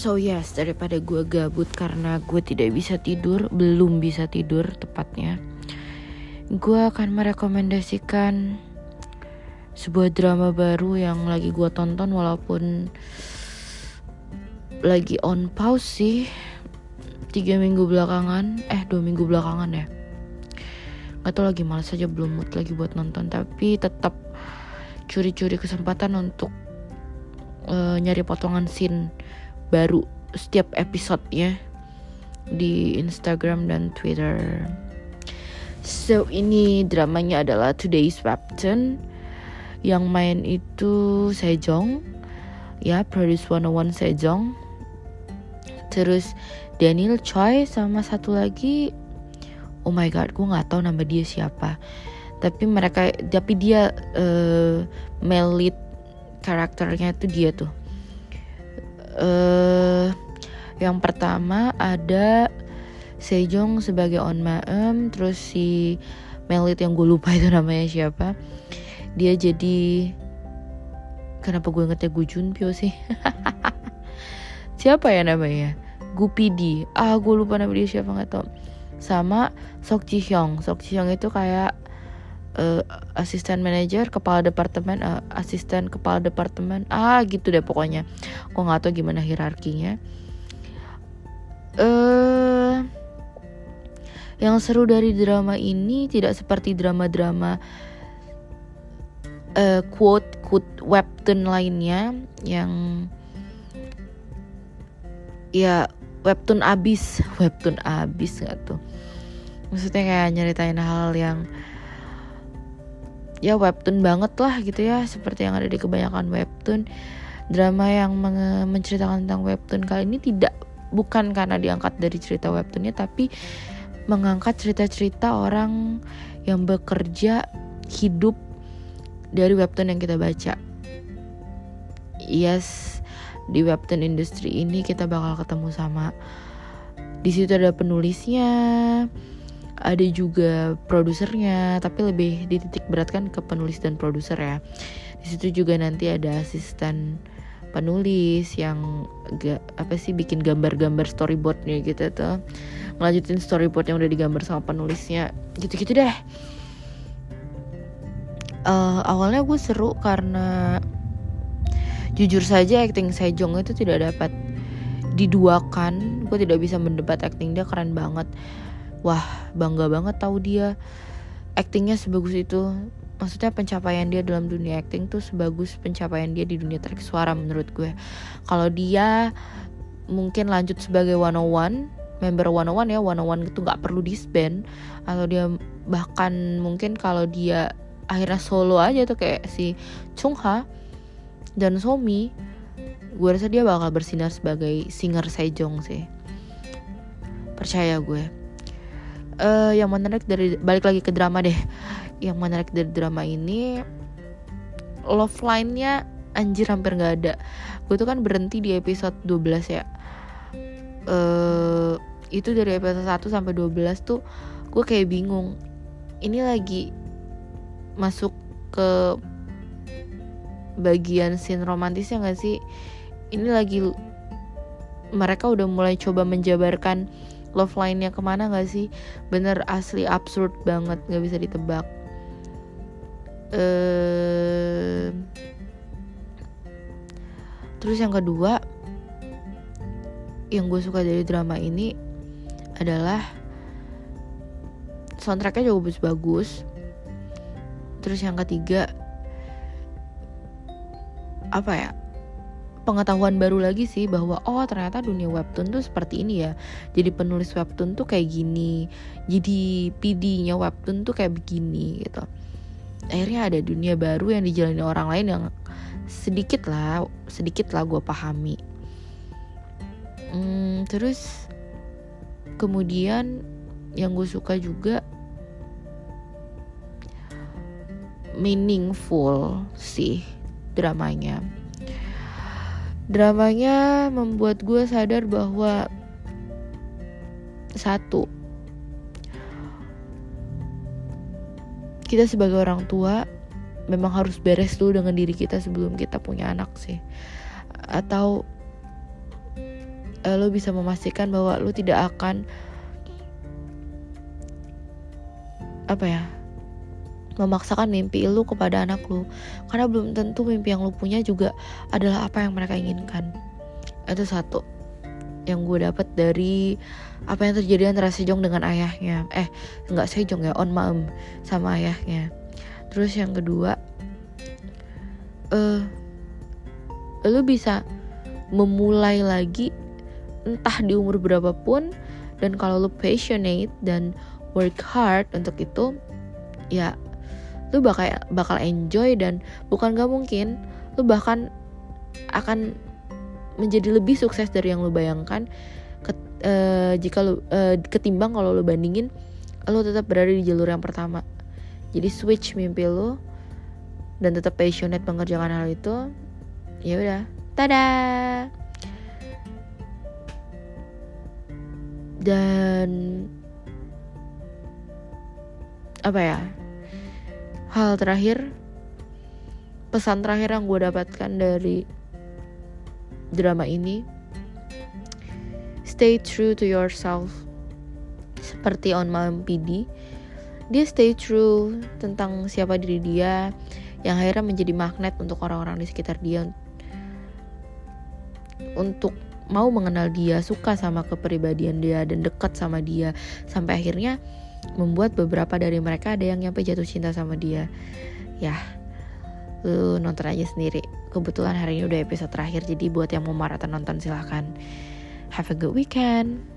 So yes, daripada gue gabut karena gue tidak bisa tidur, belum bisa tidur tepatnya, gue akan merekomendasikan sebuah drama baru yang lagi gue tonton walaupun lagi on pause sih 2 minggu belakangan ya. Gak tau lagi malas aja, belum mood lagi buat nonton, tapi tetap curi-curi kesempatan untuk nyari potongan scene baru setiap episodenya di Instagram dan Twitter. So ini dramanya adalah Today's Webtoon. Yang main itu Sejong, ya, Produce 101 Sejong. Terus Daniel Choi sama satu lagi, oh my god, gue nggak tahu nama dia siapa. Tapi dia male lead karakternya itu dia tuh. Yang pertama ada Sejong sebagai On Maem, terus si male lead yang gue lupa itu namanya siapa. Dia jadi, kenapa gue ingetnya Gu Junpyo sih? Siapa ya namanya? Gu PD. Gue lupa nama dia siapa, nggak tahu. Sama Sok Ji Hyung. Sok Ji Hyung itu kayak asisten manajer, kepala departemen, asisten kepala departemen, gitu deh pokoknya. Gue nggak tahu gimana hierarkinya. Yang seru dari drama ini tidak seperti drama-drama quote webtoon lainnya yang ya webtoon abis nggak tuh. Maksudnya kayak nyeritain hal yang ya webtoon banget lah gitu ya, seperti yang ada di kebanyakan webtoon. Drama yang menceritakan tentang webtoon kali ini bukan karena diangkat dari cerita webtoonnya, tapi mengangkat cerita-cerita orang yang bekerja hidup dari webtoon yang kita baca. Yes, di webtoon industri ini kita bakal ketemu sama, di situ ada penulisnya, ada juga produsernya, tapi lebih dititik beratkan ke penulis dan produser ya. Di situ juga nanti ada asisten penulis yang bikin gambar-gambar storyboardnya gitu tuh, ngelanjutin storyboard yang udah digambar sama penulisnya, gitu-gitu deh. Awalnya gue seru karena jujur saja acting Sejong itu tidak dapat diduakan. Gue tidak bisa mendebat acting dia, keren banget. Wah, bangga banget tahu dia actingnya sebagus itu. Maksudnya pencapaian dia dalam dunia acting tuh sebagus pencapaian dia di dunia tarik suara menurut gue. Kalau dia mungkin lanjut sebagai 101, member 101 ya, 101 itu gak perlu disband. Atau dia bahkan mungkin kalau dia akhirnya solo aja tuh kayak si Chung Ha dan Somi, gue rasa dia bakal bersinar sebagai singer Sejong sih. Percaya gue. Yang menarik dari, balik lagi ke drama deh, yang menarik dari drama ini love line-nya anjir hampir gak ada. Gue tuh kan berhenti di episode 12 ya. Itu dari episode 1 sampai 12 tuh gue kayak bingung, ini lagi masuk ke bagian scene romantisnya gak sih? Ini lagi mereka udah mulai coba menjabarkan love line-nya kemana gak sih? Bener asli absurd banget, gak bisa ditebak. Terus yang kedua yang gue suka dari drama ini adalah soundtracknya juga bagus. Terus yang ketiga, pengetahuan baru lagi sih bahwa ternyata dunia webtoon tuh seperti ini ya. Jadi penulis webtoon tuh kayak gini, jadi PD-nya webtoon tuh kayak begini gitu. Akhirnya ada dunia baru yang dijalani orang lain yang sedikit lah gue pahami. Terus kemudian yang gue suka juga meaningful sih dramanya. Dramanya membuat gue sadar bahwa satu, kita sebagai orang tua memang harus beres dulu dengan diri kita sebelum kita punya anak sih. Atau lo bisa memastikan bahwa lo tidak akan memaksakan mimpi lo kepada anak lo, karena belum tentu mimpi yang lo punya juga adalah apa yang mereka inginkan. Itu satu yang gue dapat dari apa yang terjadi antara Sejong dengan ayahnya. Nggak Sejong ya, On Maem sama ayahnya. Terus yang kedua, lo bisa memulai lagi entah di umur berapapun, dan kalau lo passionate dan work hard untuk itu, ya lo bakal enjoy, dan bukan gak mungkin lo bahkan akan menjadi lebih sukses dari yang lo bayangkan jika lo ketimbang kalau lo bandingin lo tetap berada di jalur yang pertama. Jadi switch mimpi lo dan tetap passionate mengerjakan hal itu. Ya udah, tada. Dan hal terakhir, pesan terakhir yang gue dapatkan dari drama ini, stay true to yourself. Seperti On Maem PD, dia stay true tentang siapa diri dia, yang akhirnya menjadi magnet untuk orang-orang di sekitar dia untuk mau mengenal dia, suka sama kepribadian dia, dan dekat sama dia, sampai akhirnya membuat beberapa dari mereka ada yang nyampe jatuh cinta sama dia. Ya, lu nonton aja sendiri. Kebetulan hari ini udah episode terakhir, jadi buat yang mau maraton nonton silahkan. Have a good weekend.